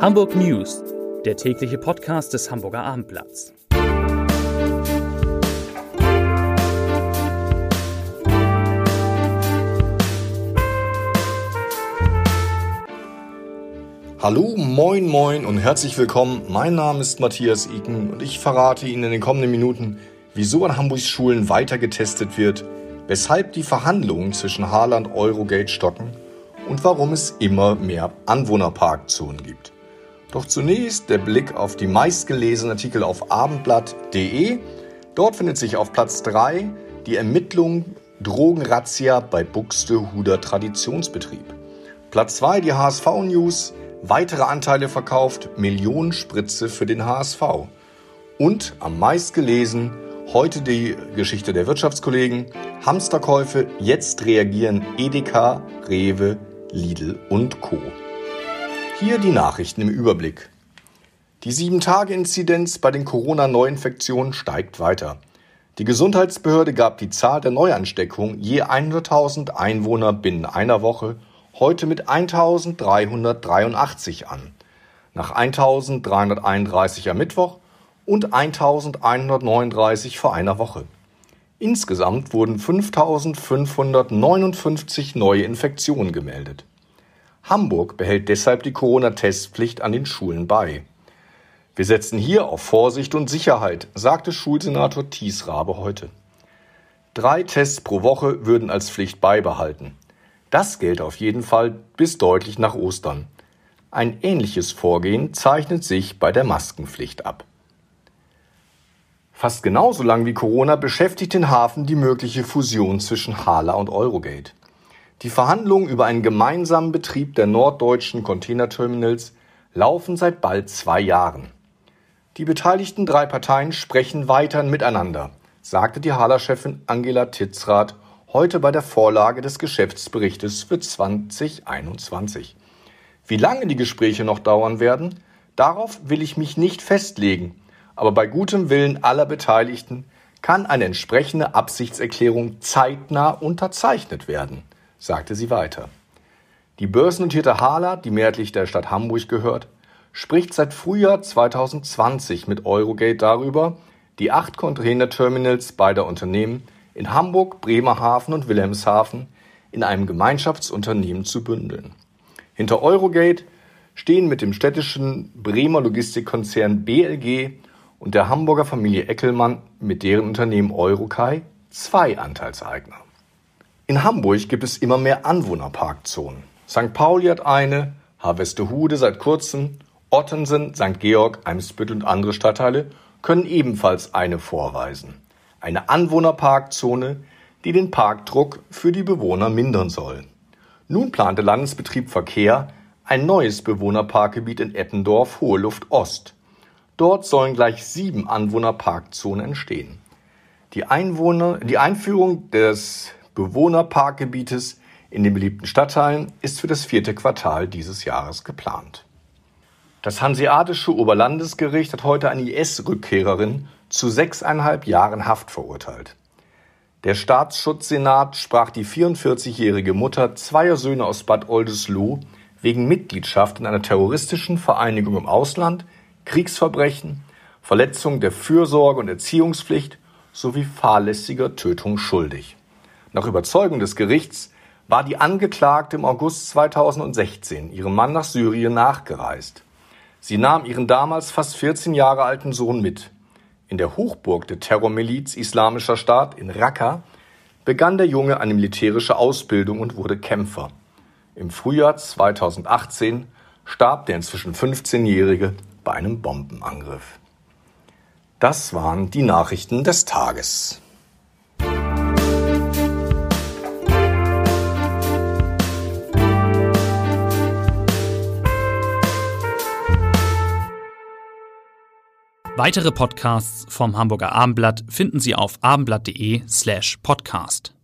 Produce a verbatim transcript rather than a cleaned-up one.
Hamburg News, der tägliche Podcast des Hamburger Abendblatts. Hallo, moin, moin und herzlich willkommen. Mein Name ist Matthias Iken und ich verrate Ihnen in den kommenden Minuten, wieso an Hamburgs Schulen weiter getestet wird, weshalb die Verhandlungen zwischen Hala und Eurogate stocken und warum es immer mehr Anwohnerparkzonen gibt. Doch zunächst der Blick auf die meistgelesenen Artikel auf abendblatt punkt de. Dort findet sich auf Platz drei die Ermittlung Drogenrazzia bei Buxtehuder Traditionsbetrieb. Platz zwei die H S V-News, weitere Anteile verkauft, Millionenspritze für den H S V. Und am meistgelesen heute die Geschichte der Wirtschaftskollegen, Hamsterkäufe, jetzt reagieren Edeka, Rewe, Lidl und Co. Hier die Nachrichten im Überblick. Die sieben Tage Inzidenz bei den Corona-Neuinfektionen steigt weiter. Die Gesundheitsbehörde gab die Zahl der Neuansteckungen je hunderttausend Einwohner binnen einer Woche heute mit eintausenddreihundertdreiundachtzig an, nach eintausenddreihunderteinunddreißig am Mittwoch und eintausendeinhundertneununddreißig vor einer Woche. Insgesamt wurden fünftausendfünfhundertneunundfünfzig neue Infektionen gemeldet. Hamburg behält deshalb die Corona-Testpflicht an den Schulen bei. Wir setzen hier auf Vorsicht und Sicherheit, sagte Schulsenator Thies Rabe heute. Drei Tests pro Woche würden als Pflicht beibehalten. Das gilt auf jeden Fall bis deutlich nach Ostern. Ein ähnliches Vorgehen zeichnet sich bei der Maskenpflicht ab. Fast genauso lang wie Corona beschäftigt den Hafen die mögliche Fusion zwischen Hala und Eurogate. Die Verhandlungen über einen gemeinsamen Betrieb der norddeutschen Containerterminals laufen seit bald zwei Jahren. Die beteiligten drei Parteien sprechen weiterhin miteinander, sagte die Hala-Chefin Angela Titzrath heute bei der Vorlage des Geschäftsberichtes für zwanzig einundzwanzig. Wie lange die Gespräche noch dauern werden, darauf will ich mich nicht festlegen, aber bei gutem Willen aller Beteiligten kann eine entsprechende Absichtserklärung zeitnah unterzeichnet werden, sagte sie weiter. Die börsennotierte Hala, die mehrheitlich der Stadt Hamburg gehört, spricht seit Frühjahr zweitausendzwanzig mit Eurogate darüber, die acht Containerterminals beider Unternehmen in Hamburg, Bremerhaven und Wilhelmshaven in einem Gemeinschaftsunternehmen zu bündeln. Hinter Eurogate stehen mit dem städtischen Bremer Logistikkonzern B L G und der Hamburger Familie Eckelmann mit deren Unternehmen Eurokai zwei Anteilseigner. In Hamburg gibt es immer mehr Anwohnerparkzonen. Sankt Pauli hat eine, Harvestehude seit kurzem, Ottensen, Sankt Georg, Eimsbüttel und andere Stadtteile können ebenfalls eine vorweisen. Eine Anwohnerparkzone, die den Parkdruck für die Bewohner mindern soll. Nun plant der Landesbetrieb Verkehr ein neues Bewohnerparkgebiet in Eppendorf, Hohe Luft Ost. Dort sollen gleich sieben Anwohnerparkzonen entstehen. Die, Einwohner, die Einführung des Bewohnerparkgebietes in den beliebten Stadtteilen ist für das vierte Quartal dieses Jahres geplant. Das Hanseatische Oberlandesgericht hat heute eine I S-Rückkehrerin zu sechseinhalb Jahren Haft verurteilt. Der Staatsschutzsenat sprach die vierundvierzigjährige Mutter zweier Söhne aus Bad Oldesloe wegen Mitgliedschaft in einer terroristischen Vereinigung im Ausland, Kriegsverbrechen, Verletzung der Fürsorge- und Erziehungspflicht sowie fahrlässiger Tötung schuldig. Nach Überzeugung des Gerichts war die Angeklagte im August zweitausendsechzehn ihrem Mann nach Syrien nachgereist. Sie nahm ihren damals fast vierzehn Jahre alten Sohn mit. In der Hochburg der Terrormiliz Islamischer Staat in Raqqa begann der Junge eine militärische Ausbildung und wurde Kämpfer. Im Frühjahr zweitausendachtzehn starb der inzwischen fünfzehnjährige bei einem Bombenangriff. Das waren die Nachrichten des Tages. Weitere Podcasts vom Hamburger Abendblatt finden Sie auf abendblatt punkt de slash podcast.